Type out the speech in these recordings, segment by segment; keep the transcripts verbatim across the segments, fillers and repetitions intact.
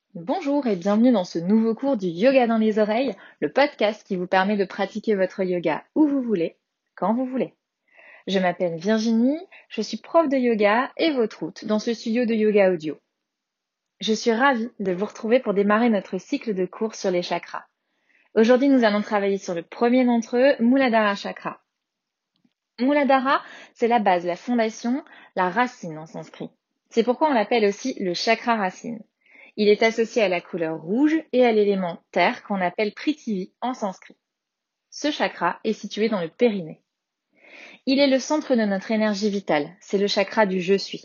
Bonjour et bienvenue dans ce nouveau cours du Yoga dans les oreilles, le podcast qui vous permet de pratiquer votre yoga où vous voulez, quand vous voulez. Je m'appelle Virginie, je suis prof de yoga et votre hôte dans ce studio de yoga audio. Je suis ravie de vous retrouver pour démarrer notre cycle de cours sur les chakras. Aujourd'hui, nous allons travailler sur le premier d'entre eux, Muladhara Chakra. Muladhara, c'est la base, la fondation, la racine en sanskrit. C'est pourquoi on l'appelle aussi le chakra racine. Il est associé à la couleur rouge et à l'élément terre qu'on appelle Prithvi en sanskrit. Ce chakra est situé dans le périnée. Il est le centre de notre énergie vitale, c'est le chakra du je suis.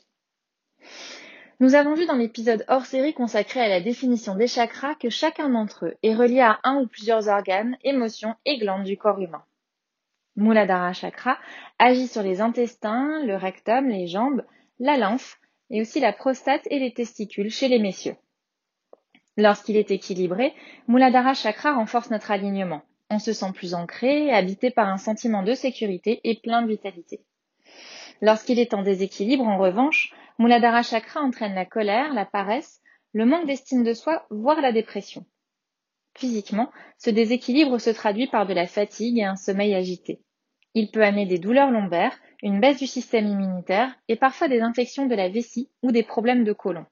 Nous avons vu dans l'épisode hors série consacré à la définition des chakras que chacun d'entre eux est relié à un ou plusieurs organes, émotions et glandes du corps humain. Muladhara Chakra agit sur les intestins, le rectum, les jambes, la lymphe et aussi la prostate et les testicules chez les messieurs. Lorsqu'il est équilibré, Muladhara Chakra renforce notre alignement. On se sent plus ancré, habité par un sentiment de sécurité et plein de vitalité. Lorsqu'il est en déséquilibre, en revanche, Muladhara Chakra entraîne la colère, la paresse, le manque d'estime de soi, voire la dépression. Physiquement, ce déséquilibre se traduit par de la fatigue et un sommeil agité. Il peut amener des douleurs lombaires, une baisse du système immunitaire et parfois des infections de la vessie ou des problèmes de côlon.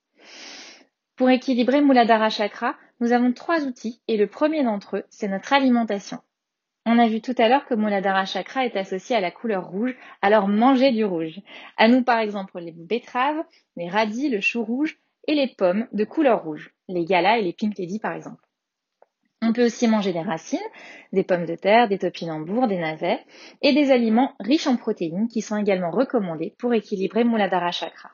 Pour équilibrer Muladhara Chakra, nous avons trois outils et le premier d'entre eux, c'est notre alimentation. On a vu tout à l'heure que Muladhara Chakra est associé à la couleur rouge, alors mangez du rouge. À nous par exemple les betteraves, les radis, le chou rouge et les pommes de couleur rouge, les galas et les pink lady par exemple. On peut aussi manger des racines, des pommes de terre, des topinambours, des navets et des aliments riches en protéines qui sont également recommandés pour équilibrer Muladhara Chakra.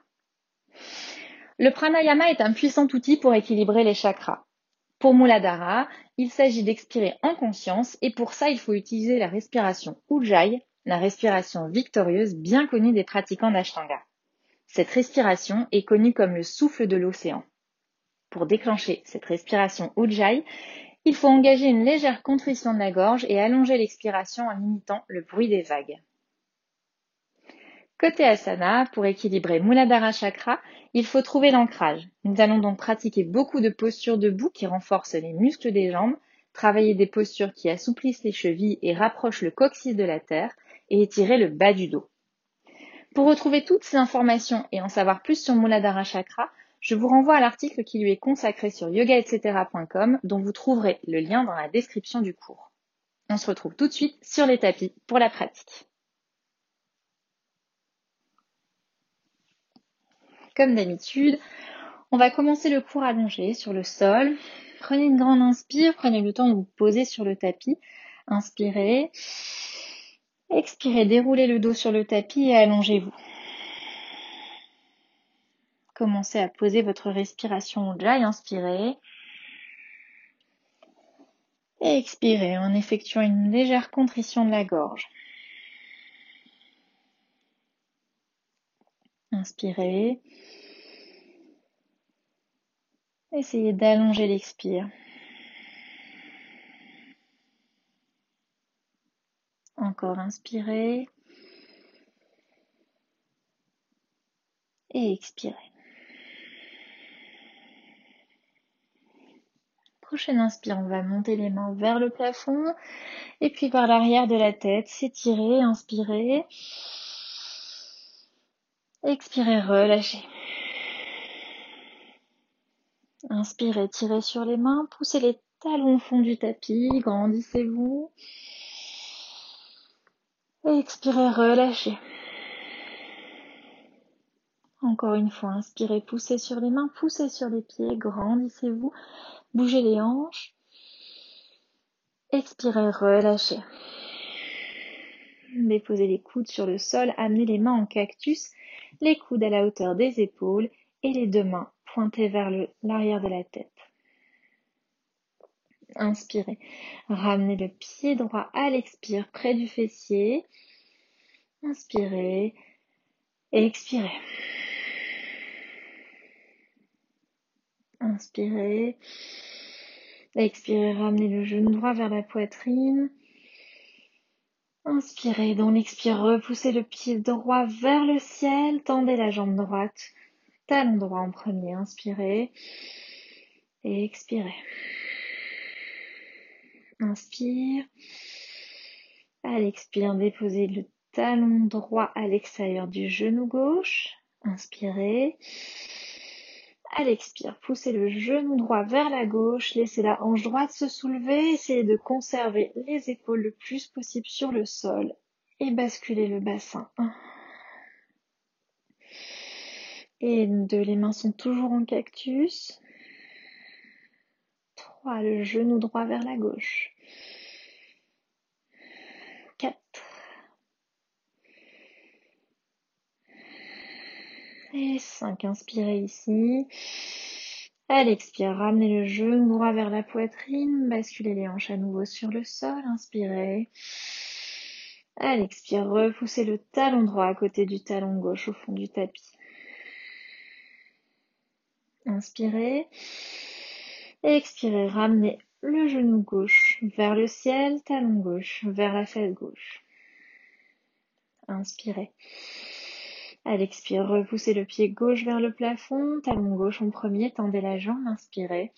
Le pranayama est un puissant outil pour équilibrer les chakras. Pour Muladhara, il s'agit d'expirer en conscience et pour ça, il faut utiliser la respiration Ujjayi, la respiration victorieuse bien connue des pratiquants d'Ashtanga. Cette respiration est connue comme le souffle de l'océan. Pour déclencher cette respiration Ujjayi, il faut engager une légère contrition de la gorge et allonger l'expiration en limitant le bruit des vagues. Côté asana, pour équilibrer Muladhara Chakra, il faut trouver l'ancrage. Nous allons donc pratiquer beaucoup de postures debout qui renforcent les muscles des jambes, travailler des postures qui assouplissent les chevilles et rapprochent le coccyx de la terre et étirer le bas du dos. Pour retrouver toutes ces informations et en savoir plus sur Muladhara Chakra, je vous renvoie à l'article qui lui est consacré sur yoga et cetera point com dont vous trouverez le lien dans la description du cours. On se retrouve tout de suite sur les tapis pour la pratique. Comme d'habitude, on va commencer le cours allongé sur le sol. Prenez une grande inspire, prenez le temps de vous poser sur le tapis. Inspirez. Expirez, déroulez le dos sur le tapis et allongez-vous. Commencez à poser votre respiration Ujjayi. Inspirez. Et expirez en effectuant une légère contrition de la gorge. Inspirez. Essayez d'allonger l'expire. Encore inspirez. Et expirez. Prochaine inspire, on va monter les mains vers le plafond et puis vers l'arrière de la tête, s'étirer, inspirer. Expirez, relâchez. Inspirez, tirez sur les mains, poussez les talons au fond du tapis, grandissez-vous. Expirez, relâchez. Encore une fois, inspirez, poussez sur les mains, poussez sur les pieds, grandissez-vous, bougez les hanches. Expirez, relâchez. Déposez les coudes sur le sol, amenez les mains en cactus, les coudes à la hauteur des épaules et les deux mains pointées vers le, l'arrière de la tête. Inspirez, ramenez le pied droit à l'expire près du fessier. Inspirez et expirez. Inspirez, expirez, ramenez le genou droit vers la poitrine. Inspirez, dans l'expire, repoussez le pied droit vers le ciel, tendez la jambe droite, talon droit en premier, inspirez. Et expirez. Inspire. À l'expire, déposez le talon droit à l'extérieur du genou gauche. Inspirez. À l'expire, poussez le genou droit vers la gauche, laissez la hanche droite se soulever, essayez de conserver les épaules le plus possible sur le sol et basculez le bassin. un. Et deux, les mains sont toujours en cactus. trois, le genou droit vers la gauche. quatre. Et cinq, inspirez ici. À l'expire, ramenez le genou droit vers la poitrine, basculez les hanches à nouveau sur le sol, inspirez. À l'expire, repoussez le talon droit à côté du talon gauche au fond du tapis. Inspirez. Expirez, ramenez le genou gauche vers le ciel, talon gauche vers la fesse gauche. Inspirez. À l'expire, repoussez le pied gauche vers le plafond, talon gauche en premier, tendez la jambe, inspirez.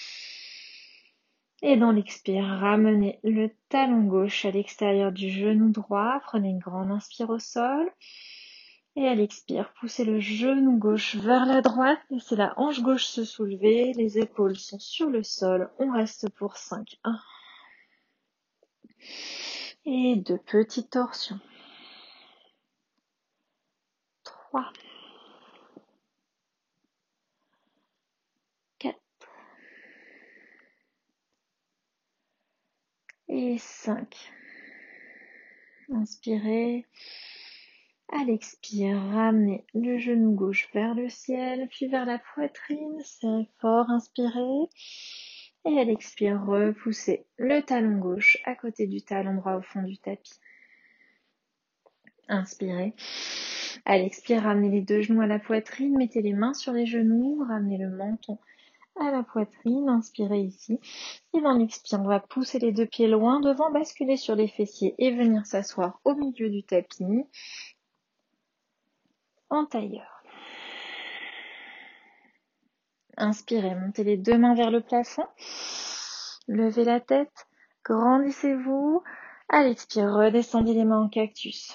Et dans l'expire, ramenez le talon gauche à l'extérieur du genou droit, prenez une grande inspire au sol. Et à l'expire, poussez le genou gauche vers la droite, laissez la hanche gauche se soulever, les épaules sont sur le sol, on reste pour cinq. un. Et deux petites torsions. trois. quatre. Et cinq. Inspirez. À l'expire, ramenez le genou gauche vers le ciel, puis vers la poitrine, serrez fort, inspirez. Et à l'expire, repoussez le talon gauche à côté du talon droit au fond du tapis. Inspirez. À l'expire, ramenez les deux genoux à la poitrine, mettez les mains sur les genoux, ramenez le menton à la poitrine, inspirez ici. Et dans l'expire, on va pousser les deux pieds loin devant, basculer sur les fessiers et venir s'asseoir au milieu du tapis en tailleur. Inspirez, montez les deux mains vers le plafond, levez la tête, grandissez-vous. À l'expire, redescendez les mains en cactus.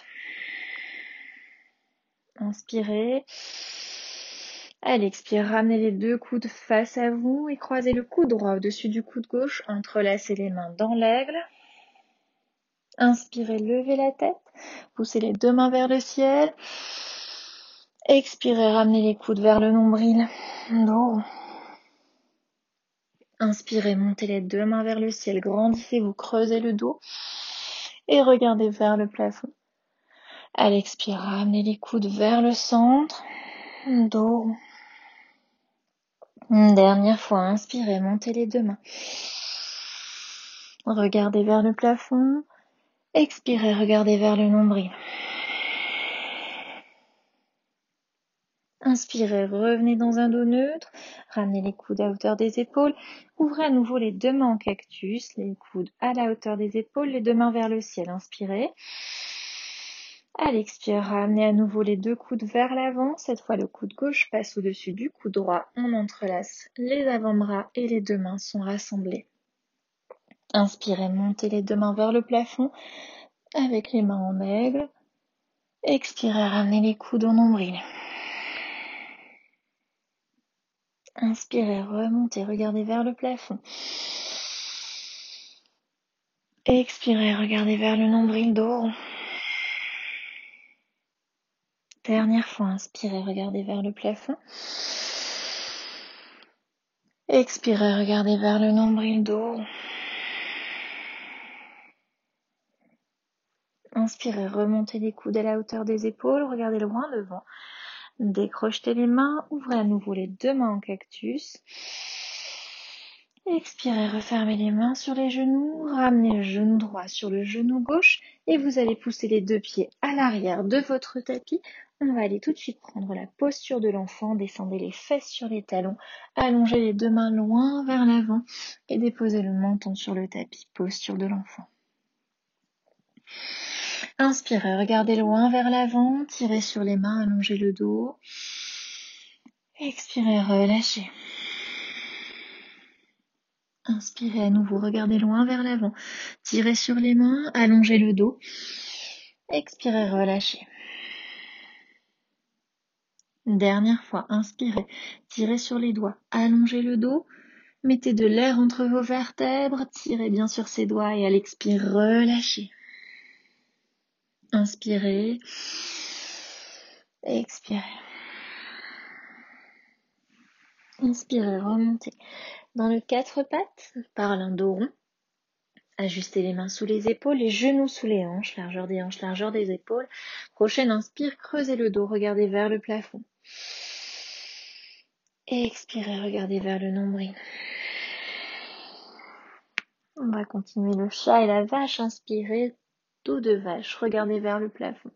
Inspirez. À l'expire, ramenez les deux coudes face à vous et croisez le coude droit au-dessus du coude gauche. Entrelacez les mains dans l'aigle. Inspirez, levez la tête. Poussez les deux mains vers le ciel. Expirez, ramenez les coudes vers le nombril. Dos. Inspirez, montez les deux mains vers le ciel. Grandissez-vous, creusez le dos. Et regardez vers le plafond. À l'expire, ramenez les coudes vers le centre. Dos. Une dernière fois, inspirez, montez les deux mains. Regardez vers le plafond. Expirez, regardez vers le nombril. Inspirez, revenez dans un dos neutre. Ramenez les coudes à hauteur des épaules. Ouvrez à nouveau les deux mains en cactus, les coudes à la hauteur des épaules, les deux mains vers le ciel. Inspirez. À l'expire, ramenez à nouveau les deux coudes vers l'avant. Cette fois, le coude gauche passe au-dessus du coude droit. On entrelace les avant-bras et les deux mains sont rassemblées. Inspirez, montez les deux mains vers le plafond avec les mains en aigle. Expirez, ramenez les coudes au nombril. Inspirez, remontez, regardez vers le plafond. Expirez, regardez vers le nombril, dos. Dernière fois, inspirez, regardez vers le plafond. Expirez, regardez vers le nombril, dos. Inspirez, remontez les coudes à la hauteur des épaules, regardez loin devant. Décrochetez les mains, ouvrez à nouveau les deux mains en cactus. Expirez, refermez les mains sur les genoux, ramenez le genou droit sur le genou gauche et vous allez pousser les deux pieds à l'arrière de votre tapis. On va aller tout de suite prendre la posture de l'enfant, descendez les fesses sur les talons, allongez les deux mains loin vers l'avant et déposez le menton sur le tapis, posture de l'enfant. Inspirez, regardez loin vers l'avant, tirez sur les mains, allongez le dos. Expirez, relâchez. Inspirez à nouveau, regardez loin vers l'avant. Tirez sur les mains, allongez le dos. Expirez, relâchez. Dernière fois, inspirez, tirez sur les doigts, allongez le dos. Mettez de l'air entre vos vertèbres, tirez bien sur ces doigts et à l'expire, relâchez. Inspirez, expirez. Inspirez, remontez. Dans le quatre pattes, par l'un dos rond. Ajustez les mains sous les épaules, les genoux sous les hanches, largeur des hanches, largeur des épaules. Prochaine inspire, creusez le dos, regardez vers le plafond. Expirez, regardez vers le nombril. On va continuer le chat et la vache. Inspirez, dos de vache, regardez vers le plafond.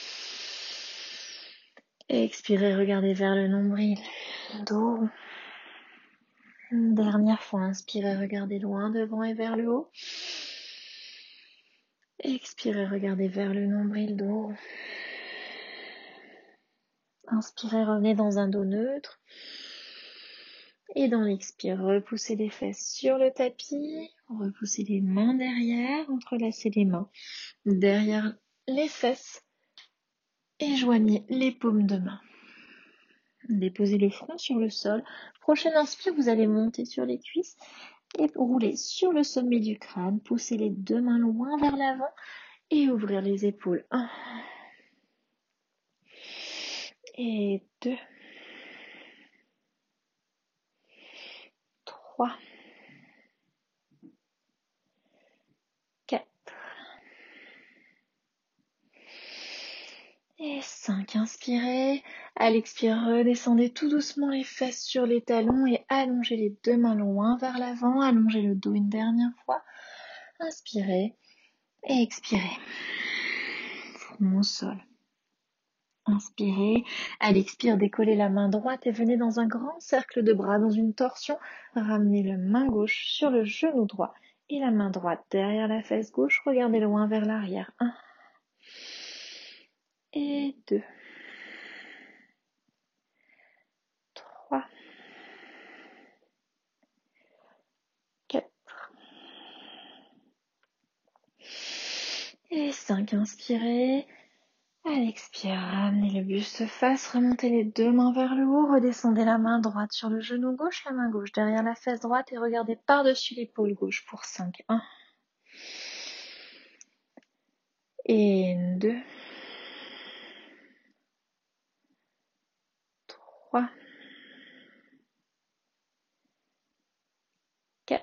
Expirez, regardez vers le nombril. Dos. Une dernière fois, inspirez, regardez loin devant et vers le haut. Expirez, regardez vers le nombril, dos. Inspirez, revenez dans un dos neutre. Et dans l'expire, repoussez les fesses sur le tapis. Repoussez les mains derrière, entrelacez les mains derrière les fesses. Et joignez les paumes de main. Déposez le front sur le sol. Prochaine inspire, vous allez monter sur les cuisses et rouler sur le sommet du crâne. Poussez les deux mains loin vers l'avant et ouvrir les épaules. Un et deux. Trois. Quatre. Et cinq. Inspirez. À l'expire, redescendez tout doucement les fesses sur les talons et allongez les deux mains loin vers l'avant. Allongez le dos une dernière fois. Inspirez et expirez. Front au sol. Inspirez. À l'expire, décollez la main droite et venez dans un grand cercle de bras, dans une torsion. Ramenez la main gauche sur le genou droit et la main droite derrière la fesse gauche. Regardez loin vers l'arrière. Un et deux. Trois. Quatre. Et cinq. Inspirez. À l'expire, ramenez le buste face, remontez les deux mains vers le haut, redescendez la main droite sur le genou gauche, la main gauche derrière la fesse droite et regardez par-dessus l'épaule gauche pour cinq. Un. Et deux. Trois. Quatre.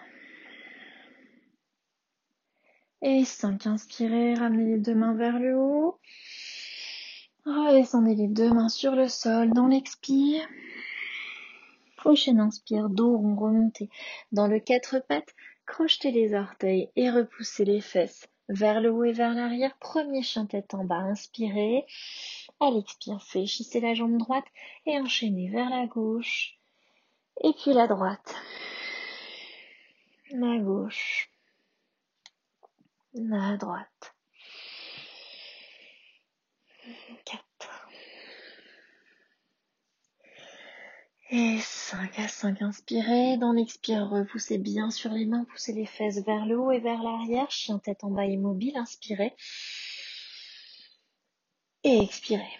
Et cinq. Inspirez, ramenez les deux mains vers le haut. Redescendez les deux mains sur le sol dans l'expire. Prochaine inspire, dos rond, remontez. Dans le quatre pattes, crochetez les orteils et repoussez les fesses vers le haut et vers l'arrière. Premier chien tête en bas, inspirez. À l'expire, fléchissez la jambe droite et enchaînez vers la gauche. Et puis la droite. La gauche. La droite. quatre. Et cinq. À cinq, inspirez. Dans l'expire, repoussez bien sur les mains, poussez les fesses vers le haut et vers l'arrière. Chien tête en bas immobile, inspirez. Et expirez.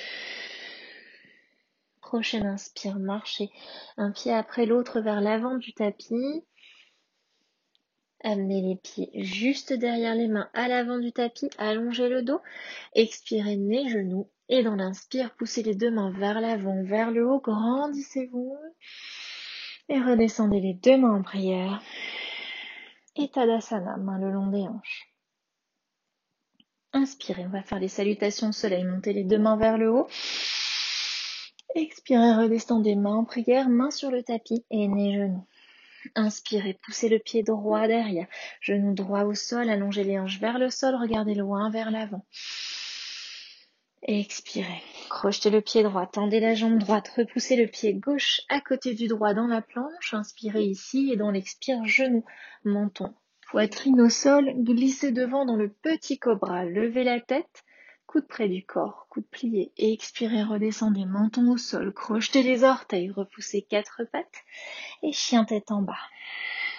Prochaine inspire, marchez un pied après l'autre vers l'avant du tapis. Amenez les pieds juste derrière les mains à l'avant du tapis, allongez le dos. Expirez, nez, genoux. Et dans l'inspire, poussez les deux mains vers l'avant, vers le haut, grandissez-vous. Et redescendez les deux mains en prière. Et Tadasana, main le long des hanches. Inspirez, on va faire les salutations au soleil. Montez les deux mains vers le haut. Expirez, redescendez, main en prière, main sur le tapis et nez, genoux. Inspirez, poussez le pied droit derrière, genou droit au sol, allongez les hanches vers le sol, regardez loin vers l'avant. Expirez, crochetez le pied droit, tendez la jambe droite, repoussez le pied gauche à côté du droit dans la planche, inspirez ici et dans l'expire, genou, menton, poitrine au sol, glissez devant dans le petit cobra, levez la tête, coude près du corps, coude plié, et expirez, redescendez, menton au sol, crochetez les orteils, repoussez quatre pattes, et chien tête en bas.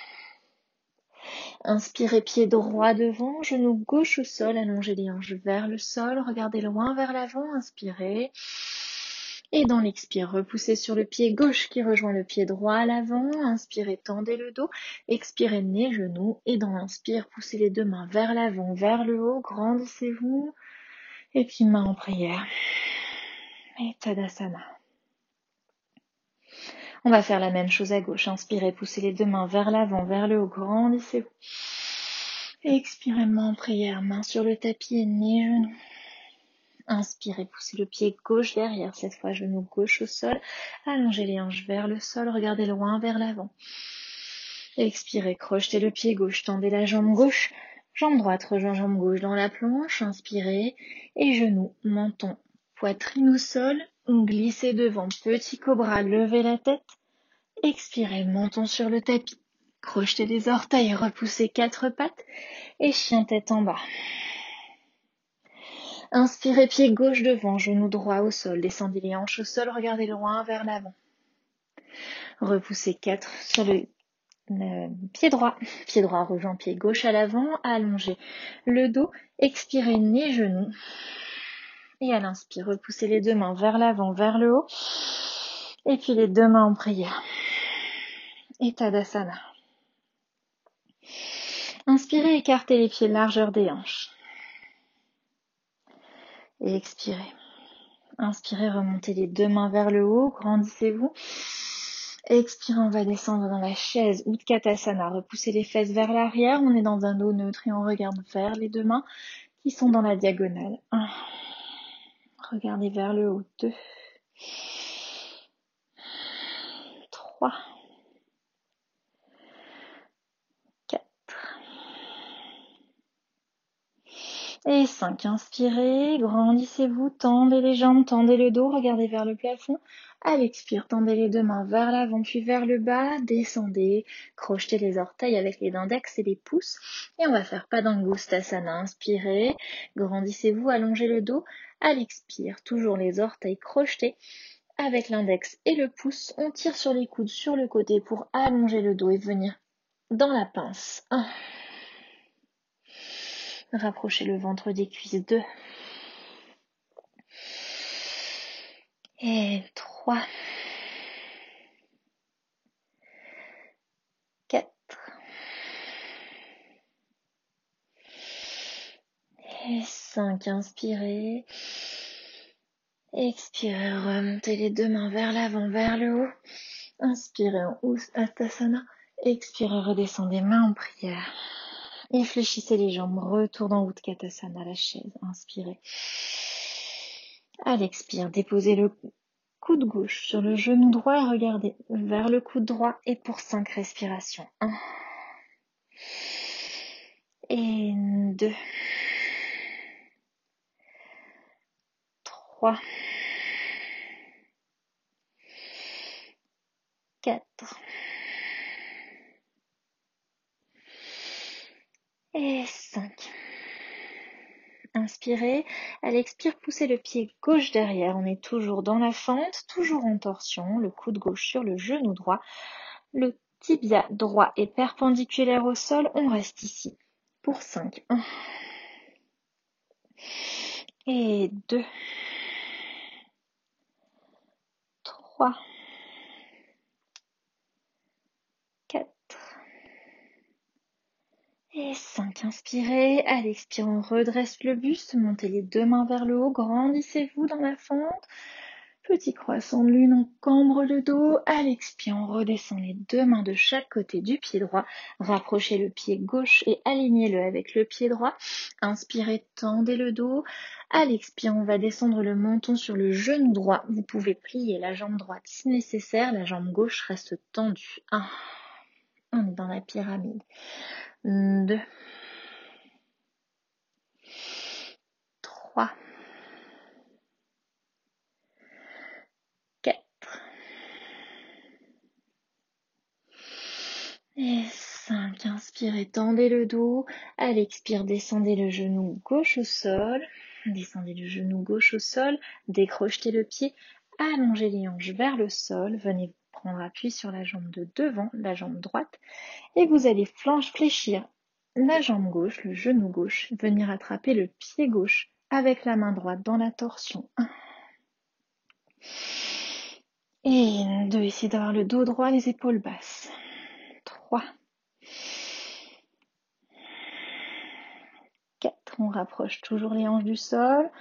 Inspirez, pied droit devant, genou gauche au sol, allongez les hanches vers le sol, regardez loin vers l'avant, inspirez. Et dans l'expire, repoussez sur le pied gauche qui rejoint le pied droit à l'avant, inspirez, tendez le dos, expirez, nez, genoux, et dans l'inspire, poussez les deux mains vers l'avant, vers le haut, grandissez-vous, et puis main en prière. Et Tadasana. On va faire la même chose à gauche. Inspirez, poussez les deux mains vers l'avant, vers le haut, grandissez-vous. Expirez, main en prière, main sur le tapis, nez, genoux. Inspirez, poussez le pied gauche derrière, cette fois genou gauche au sol. Allongez les hanches vers le sol, regardez loin vers l'avant. Expirez, crochetez le pied gauche, tendez la jambe gauche. Jambe droite rejoint jambe gauche dans la planche. Inspirez, et genoux, menton, poitrine au sol. Glissez devant, petit cobra, levez la tête. Expirez, menton sur le tapis. Crochetez les orteils, repoussez quatre pattes et chien tête en bas. Inspirez, pied gauche devant, genou droit au sol. Descendez les hanches au sol, regardez loin vers l'avant. Repoussez quatre sur le euh, pied droit. Pied droit rejoint pied gauche à l'avant. Allongez le dos. Expirez, nez, genoux. Et à l'inspire, repoussez les deux mains vers l'avant, vers le haut. Et puis les deux mains en prière. Et Tadasana. Inspirez, écartez les pieds largeur des hanches. Et expirez. Inspirez, remontez les deux mains vers le haut, grandissez-vous. Expirez, on va descendre dans la chaise Utkatasana. Repoussez les fesses vers l'arrière, on est dans un dos neutre et on regarde vers les deux mains qui sont dans la diagonale. un. Regardez vers le haut. deux. trois. Et cinq, inspirez, grandissez-vous, tendez les jambes, tendez le dos, regardez vers le plafond. À l'expire, tendez les deux mains vers l'avant puis vers le bas, descendez, crochetez les orteils avec les index et les pouces. Et on va faire Padangusthasana. Inspirez, grandissez-vous, allongez le dos. À l'expire, toujours les orteils crochetés. Avec l'index et le pouce, on tire sur les coudes sur le côté pour allonger le dos et venir dans la pince. un. Rapprochez le ventre des cuisses. deux. Et trois. quatre. Et cinq. Inspirez. Expirez. Remontez les deux mains vers l'avant, vers le haut. Inspirez en Utkatasana. Expirez. Redescendez main en prière. Et fléchissez les jambes. Retour dans Utkatasana, la chaise. Inspirez. À l'expire, déposez le coude gauche sur le genou droit et regardez vers le coude droit. Et pour cinq respirations. un. Et deux. trois. quatre. Et cinq. Inspirez. À l'expire, poussez le pied gauche derrière. On est toujours dans la fente, toujours en torsion. Le coude gauche sur le genou droit. Le tibia droit est perpendiculaire au sol. On reste ici pour cinq. un. Et deux. trois. quatre. Et cinq. Inspirez. À l'expire, on redresse le buste. Montez les deux mains vers le haut. Grandissez-vous dans la fente. Petit croissant de lune, on cambre le dos. À l'expire, on redescend les deux mains de chaque côté du pied droit. Rapprochez le pied gauche et alignez-le avec le pied droit. Inspirez, tendez le dos. À l'expire, on va descendre le menton sur le genou droit. Vous pouvez plier la jambe droite si nécessaire. La jambe gauche reste tendue. un. On est dans la pyramide. deux. trois. Et cinq. Inspirez, tendez le dos. À l'expire, descendez le genou gauche au sol. Descendez le genou gauche au sol. Décrochetez le pied. Allongez les hanches vers le sol. Venez prendre appui sur la jambe de devant, la jambe droite. Et vous allez flanche fléchir la jambe gauche, le genou gauche, venir attraper le pied gauche avec la main droite dans la torsion. un. Et deux, essayez d'avoir le dos droit, les épaules basses. trois. quatre, on rapproche toujours les hanches du sol.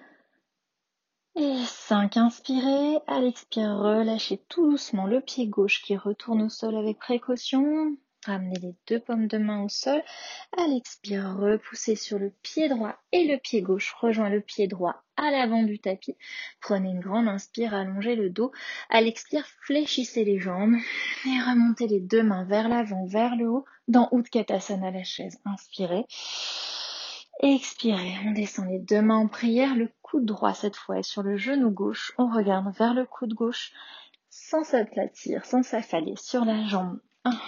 Et cinq, inspirez. À l'expire, relâchez tout doucement le pied gauche qui retourne au sol avec précaution. Ramenez les deux paumes de main au sol. À l'expire, repoussez sur le pied droit et le pied gauche rejoint le pied droit à l'avant du tapis. Prenez une grande inspire, allongez le dos. À l'expire, fléchissez les jambes et remontez les deux mains vers l'avant, vers le haut, dans Utkatasana, la chaise. Inspirez. Expirez, on descend les deux mains en prière, le coude droit cette fois est sur le genou gauche. On regarde vers le coude gauche sans s'aplatir, sans s'affaler sur la jambe. un.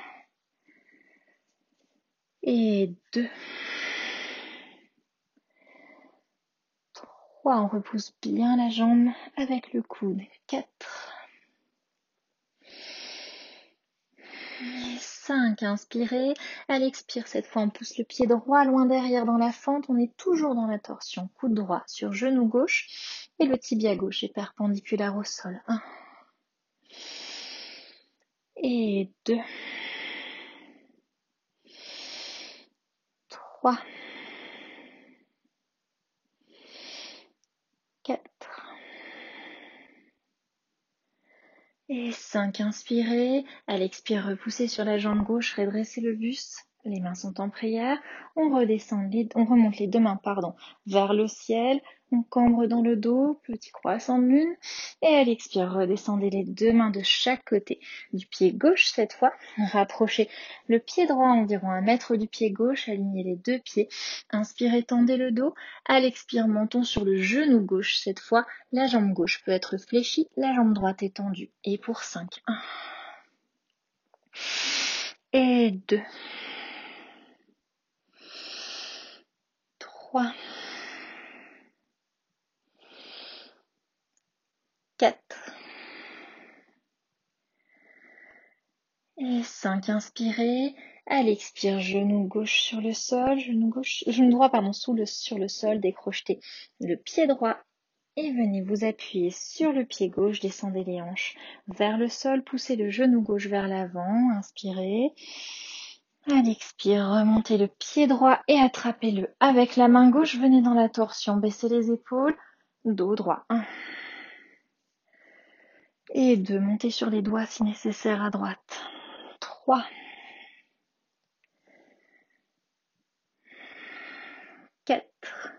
Et deux. trois. On repousse bien la jambe avec le coude. quatre. Et cinq. Inspirez. À l'expire, cette fois, on pousse le pied droit loin derrière dans la fente. On est toujours dans la torsion. Coude droit sur genou gauche. Et le tibia gauche est perpendiculaire au sol. un. Et deux. trois. quatre. Et cinq. Inspirez. À l'expire, repoussez sur la jambe gauche, redressez le buste. Les mains sont en prière. On redescend, les, on remonte les deux mains, pardon, vers le ciel. On cambre dans le dos, petit croissant de lune. Et à l'expire, redescendez les deux mains de chaque côté du pied gauche cette fois. Rapprochez le pied droit environ un mètre du pied gauche. Alignez les deux pieds. Inspirez, tendez le dos. À l'expire, montons sur le genou gauche cette fois. La jambe gauche peut être fléchie, la jambe droite est tendue. Et pour cinq. un. Et deux. trois. quatre. Et cinq. Inspirez. À l'expire, genou gauche sur le sol, genou gauche, genou droit pardon, sous le, sur le sol, décrochetez le pied droit et venez vous appuyer sur le pied gauche, descendez les hanches vers le sol, poussez le genou gauche vers l'avant, inspirez. À l'expire, remontez le pied droit et attrapez-le avec la main gauche, venez dans la torsion, baissez les épaules, dos droit. un. Et deux, montez sur les doigts si nécessaire à droite. trois. quatre.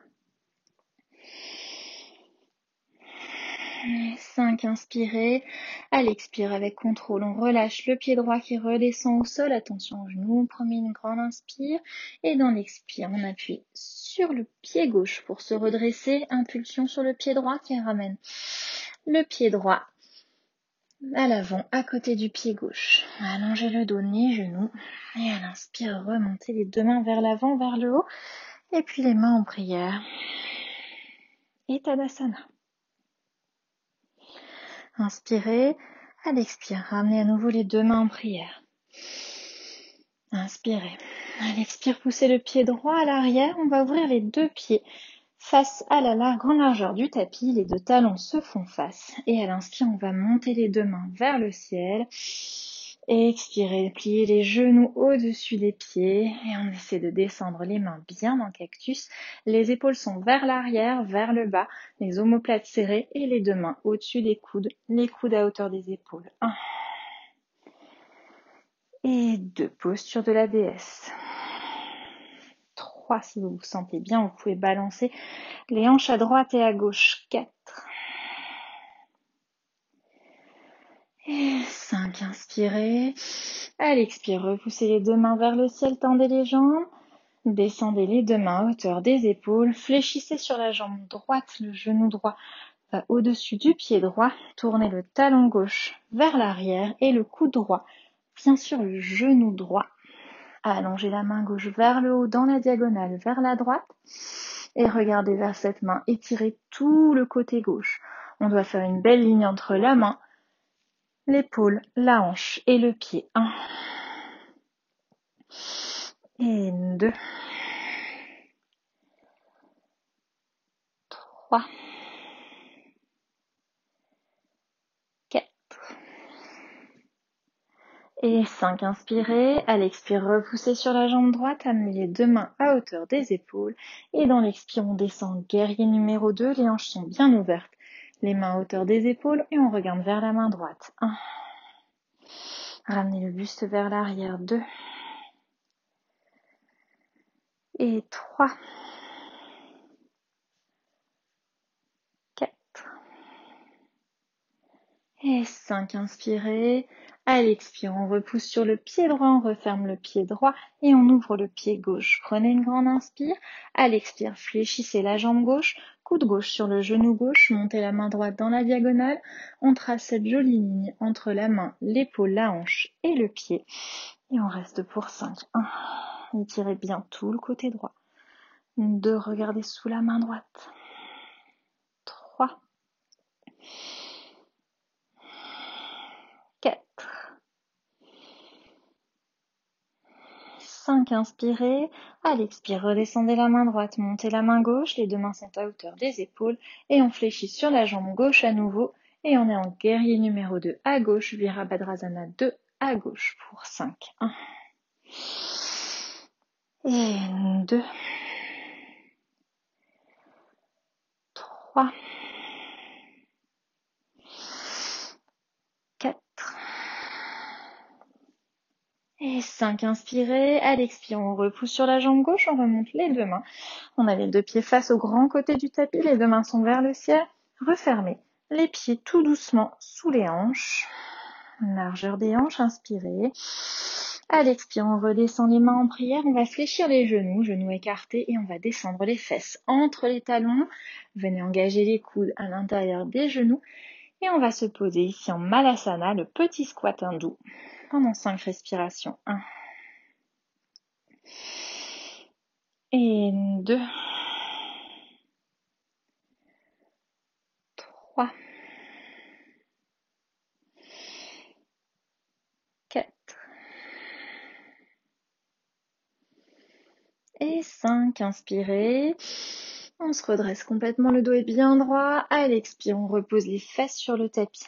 cinq. Inspirez. À l'expire, avec contrôle, on relâche le pied droit qui redescend au sol. Attention aux genoux, on prend une grande inspire. Et dans l'expire, on appuie sur le pied gauche pour se redresser. Impulsion sur le pied droit qui ramène le pied droit à l'avant, à côté du pied gauche. Allongez le dos, les genoux. Et à l'inspire, remontez les deux mains vers l'avant, vers le haut. Et puis les mains en prière. Et Tadasana. Inspirez. À l'expire, ramenez à nouveau les deux mains en prière. Inspirez. À l'expire, poussez le pied droit à l'arrière. On va ouvrir les deux pieds face à la grande largeur du tapis. Les deux talons se font face. Et à l'inspire, on va monter les deux mains vers le ciel. Et expirez, pliez les genoux au-dessus des pieds. Et on essaie de descendre les mains bien dans le cactus. Les épaules sont vers l'arrière, vers le bas. Les omoplates serrées et les deux mains au-dessus des coudes. Les coudes à hauteur des épaules. un. Et deux, posture de la déesse. trois, si vous vous sentez bien, vous pouvez balancer les hanches à droite et à gauche. quatre. Et cinq, inspirez. À l'expire, repoussez les deux mains vers le ciel, tendez les jambes. Descendez les deux mains à hauteur des épaules. Fléchissez sur la jambe droite, le genou droit va au-dessus du pied droit. Tournez le talon gauche vers l'arrière et le coude droit vient sur le genou droit. Allongez la main gauche vers le haut dans la diagonale vers la droite et regardez vers cette main. Étirez tout le côté gauche. On doit faire une belle ligne entre la main, l'épaule, la hanche et le pied. un. Et deux, trois, quatre et cinq. Inspirez. À l'expire, repoussez sur la jambe droite, amenez les deux mains à hauteur des épaules. Et dans l'expire, on descend guerrier numéro deux. Les hanches sont bien ouvertes. Les mains à hauteur des épaules et on regarde vers la main droite. un. Ramenez le buste vers l'arrière. deux. Et trois. quatre. Et cinq. Inspirez. À l'expire, on repousse sur le pied droit, on referme le pied droit et on ouvre le pied gauche. Prenez une grande inspire. À l'expire, fléchissez la jambe gauche, coude gauche sur le genou gauche, montez la main droite dans la diagonale. On trace cette jolie ligne entre la main, l'épaule, la hanche et le pied. Et on reste pour cinq. un. Étirez bien tout le côté droit. deux. Regardez sous la main droite. trois. quatre. cinq. Inspirez. À l'expire, redescendez la main droite, montez la main gauche, les deux mains sont à hauteur des épaules et on fléchit sur la jambe gauche à nouveau et on est en guerrier numéro deux à gauche, Virabhadrasana deux à gauche pour cinq. un. Et deux. trois. quatre. Et cinq. Inspirez. À l'expire, on repousse sur la jambe gauche, on remonte les deux mains. On a les deux pieds face au grand côté du tapis, les deux mains sont vers le ciel. Refermez les pieds tout doucement sous les hanches. Largeur des hanches, inspirez. À l'expire, on redescend les mains en prière. On va fléchir les genoux, genoux écartés, et on va descendre les fesses entre les talons. Venez engager les coudes à l'intérieur des genoux. Et on va se poser ici en Malasana, le petit squat hindou, pendant cinq respirations. un. Et deux. trois. quatre. Et cinq. Inspirez. On se redresse complètement, le dos est bien droit. À l'expire, on repose les fesses sur le tapis.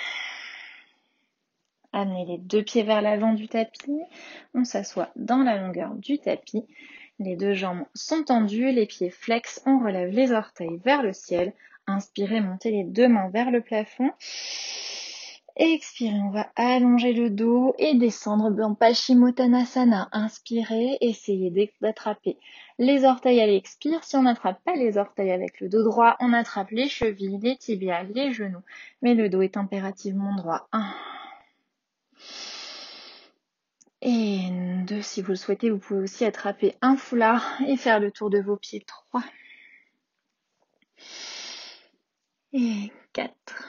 Amenez les deux pieds vers l'avant du tapis. On s'assoit dans la longueur du tapis. Les deux jambes sont tendues, les pieds flex. On relève les orteils vers le ciel. Inspirez, montez les deux mains vers le plafond. Expirez, on va allonger le dos et descendre dans Paschimottanasana. Inspirez, essayez d'attraper les orteils à l'expire. Si on n'attrape pas les orteils avec le dos droit, on attrape les chevilles, les tibias, les genoux. Mais le dos est impérativement droit. un. Et deux, si vous le souhaitez, vous pouvez aussi attraper un foulard et faire le tour de vos pieds. trois. Et quatre.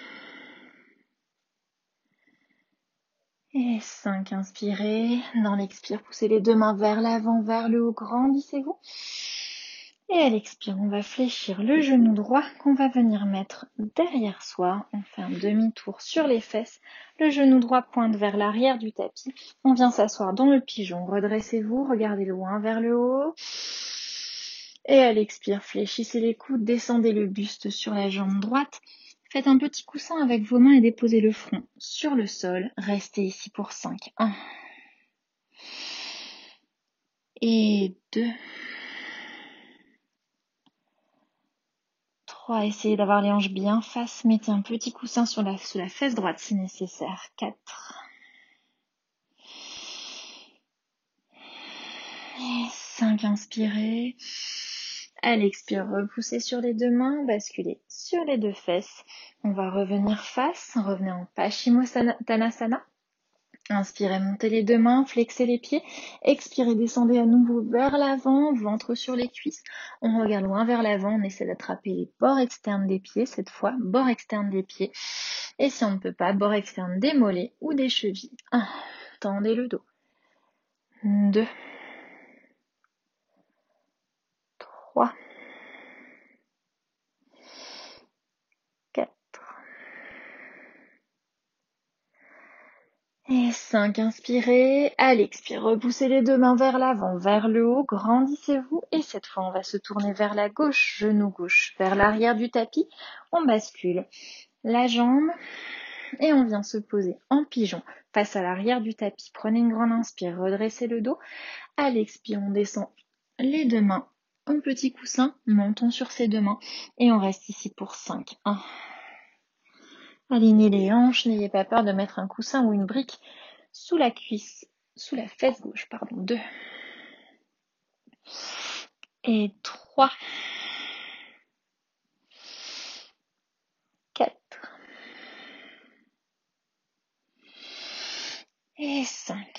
Et cinq. Inspirez. Dans l'expire, poussez les deux mains vers l'avant, vers le haut, grandissez-vous. Et à l'expire, on va fléchir le genou droit qu'on va venir mettre derrière soi. On fait un demi-tour sur les fesses. Le genou droit pointe vers l'arrière du tapis. On vient s'asseoir dans le pigeon. Redressez-vous, regardez loin vers le haut. Et à l'expire, fléchissez les coudes, descendez le buste sur la jambe droite. Faites un petit coussin avec vos mains et déposez le front sur le sol. Restez ici pour cinq. un. Et deux. trois. Essayez d'avoir les hanches bien face. Mettez un petit coussin sur la, sur la fesse droite si nécessaire. quatre. Et cinq. Inspirez. À l'expire, repoussez sur les deux mains, basculez sur les deux fesses. On va revenir face, revenez en Paschimottanasana. Inspirez, montez les deux mains, flexez les pieds. Expirez, descendez à nouveau vers l'avant, ventre sur les cuisses. On regarde loin vers l'avant, on essaie d'attraper les bords externes des pieds, cette fois, bord externe des pieds. Et si on ne peut pas, bord externe des mollets ou des chevilles. un. Tendez le dos. deux. trois. quatre. Et cinq, inspirez. À l'expire, repoussez les deux mains vers l'avant, vers le haut, grandissez-vous. Et cette fois, on va se tourner vers la gauche, genou gauche, vers l'arrière du tapis. On bascule la jambe et on vient se poser en pigeon face à l'arrière du tapis. Prenez une grande inspire, redressez le dos. À l'expire, on descend les deux mains au petit coussin, montons sur ces deux mains et on reste ici pour cinq. un. Alignez les hanches, n'ayez pas peur de mettre un coussin ou une brique sous la cuisse, sous la fesse gauche, pardon. deux. Et trois. quatre. Et cinq.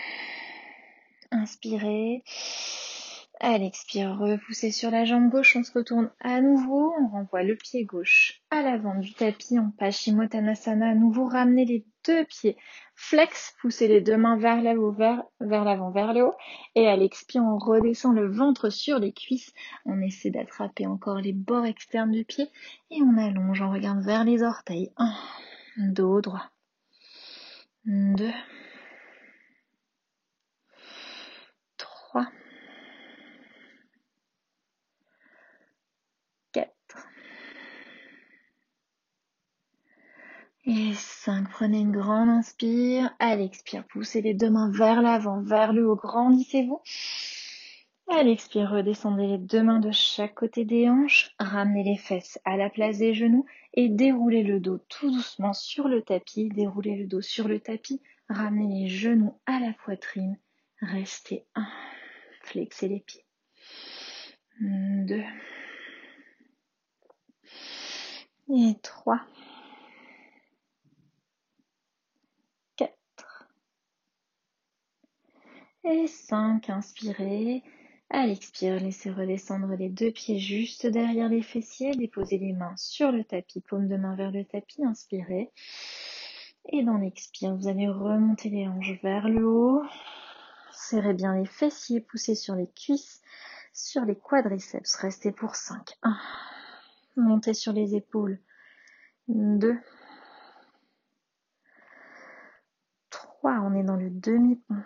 Inspirez. À l'expire, repoussez sur la jambe gauche, on se retourne à nouveau, on renvoie le pied gauche à l'avant du tapis en Paschimottanasana. À nouveau, ramenez les deux pieds flex, poussez les deux mains vers l'avant, vers, vers l'avant, vers le haut. Et à l'expire, on redescend le ventre sur les cuisses. On essaie d'attraper encore les bords externes du pied et on allonge, on regarde vers les orteils. un, dos droit. deux, trois. Et cinq, prenez une grande inspire. À l'expire, poussez les deux mains vers l'avant, vers le haut, grandissez-vous. À l'expire, redescendez les deux mains de chaque côté des hanches, ramenez les fesses à la place des genoux et déroulez le dos tout doucement sur le tapis. Déroulez le dos sur le tapis, ramenez les genoux à la poitrine. Restez un, flexez les pieds. deux et trois. Et cinq, inspirez. À l'expire, laissez redescendre les deux pieds juste derrière les fessiers. Déposez les mains sur le tapis, paume de main vers le tapis. Inspirez. Et dans l'expire, vous allez remonter les hanches vers le haut. Serrez bien les fessiers, poussez sur les cuisses, sur les quadriceps. Restez pour cinq. un. Montez sur les épaules. deux. trois. On est dans le demi-pont.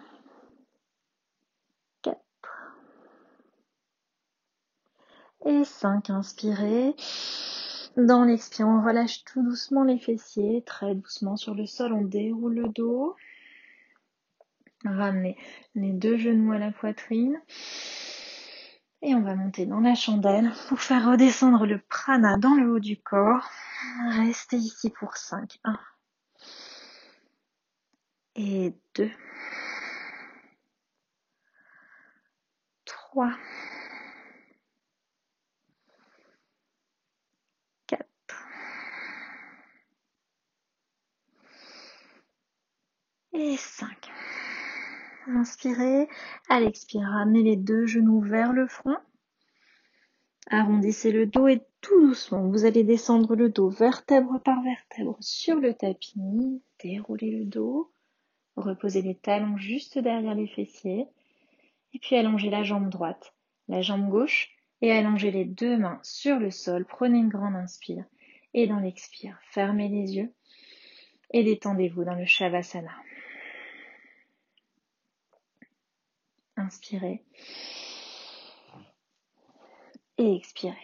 Et cinq, inspirez. Dans l'expire, on relâche tout doucement les fessiers, très doucement sur le sol, on déroule le dos. Ramenez les deux genoux à la poitrine. Et on va monter dans la chandelle pour faire redescendre le prana dans le haut du corps. Restez ici pour cinq. un. Et deux. trois. Et cinq. Inspirez. À l'expire, ramenez les deux genoux vers le front. Arrondissez le dos et tout doucement, vous allez descendre le dos vertèbre par vertèbre sur le tapis. Déroulez le dos. Reposez les talons juste derrière les fessiers. Et puis allongez la jambe droite, la jambe gauche et allongez les deux mains sur le sol. Prenez une grande inspire. Et dans l'expire, fermez les yeux et détendez-vous dans le Shavasana. Inspirez et expirez.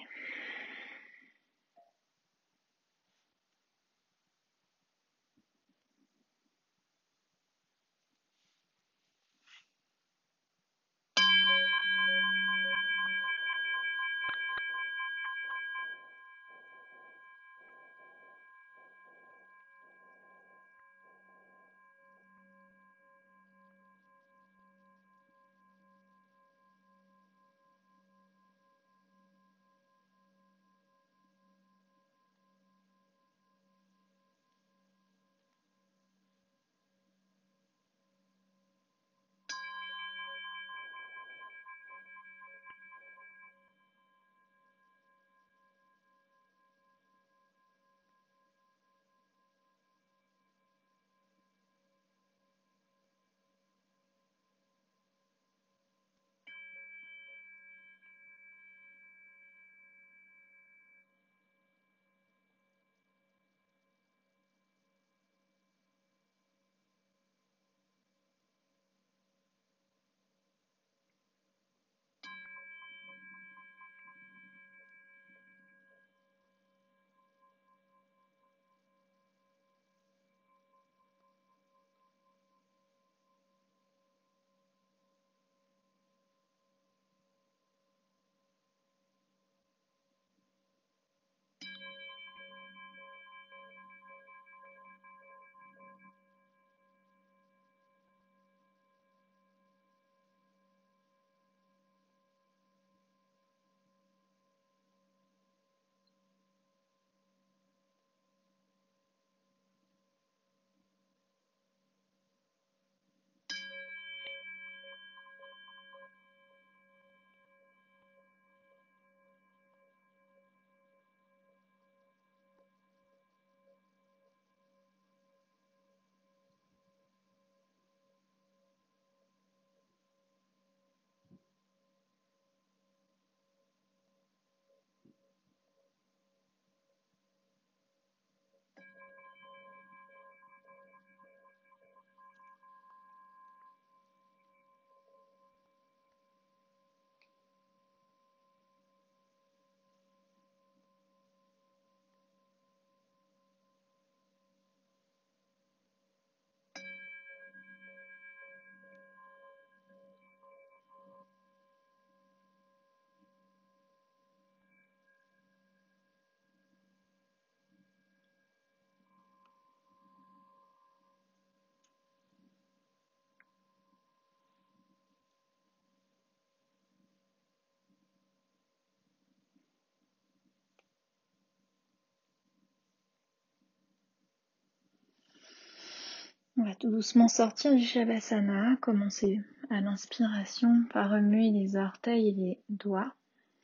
On va tout doucement sortir du Shavasana, commencer à l'inspiration par remuer les orteils et les doigts,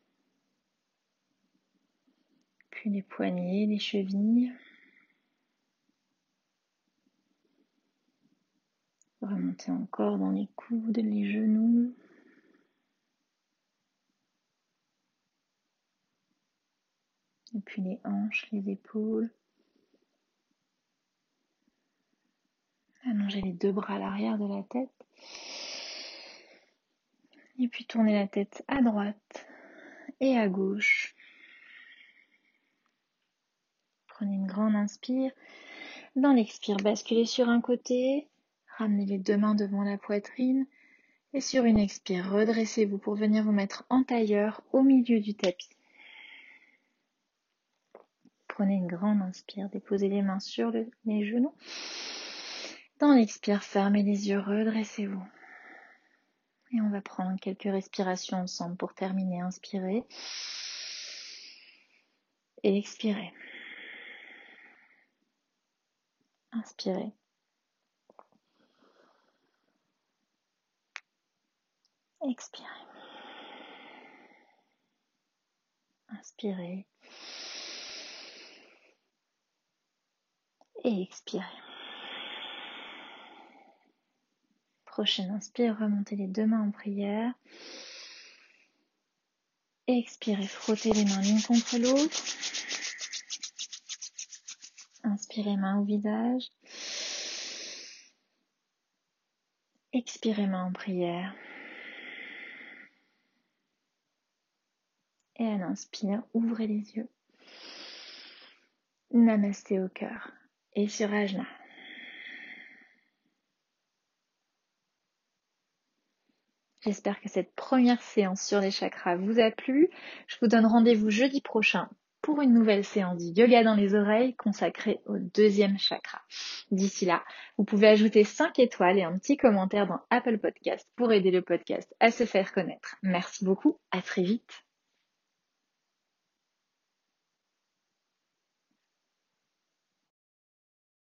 puis les poignets, les chevilles. Remonter encore dans les coudes, les genoux. Et puis les hanches, les épaules. Allonger les deux bras à l'arrière de la tête. Et puis tourner la tête à droite et à gauche. Prenez une grande inspire. Dans l'expire, basculez sur un côté. Ramenez les deux mains devant la poitrine. Et sur une expire, redressez-vous pour venir vous mettre en tailleur au milieu du tapis. Prenez une grande inspire. Déposez les mains sur le, les genoux. Dans l'expire, fermez les yeux, redressez-vous. Et on va prendre quelques respirations ensemble pour terminer. Inspirez. Et expirez. Inspirez. Expirez. Inspirez. Et expirez. Prochaine inspire, remontez les deux mains en prière. Expirez, frottez les mains l'une contre l'autre. Inspirez, main au visage. Expirez, main en prière. Et à l'inspire, ouvrez les yeux. Namasté au cœur. Et sur Ajna. J'espère que cette première séance sur les chakras vous a plu. Je vous donne rendez-vous jeudi prochain pour une nouvelle séance du yoga dans les oreilles consacrée au deuxième chakra. D'ici là, vous pouvez ajouter cinq étoiles et un petit commentaire dans Apple Podcast pour aider le podcast à se faire connaître. Merci beaucoup, à très vite.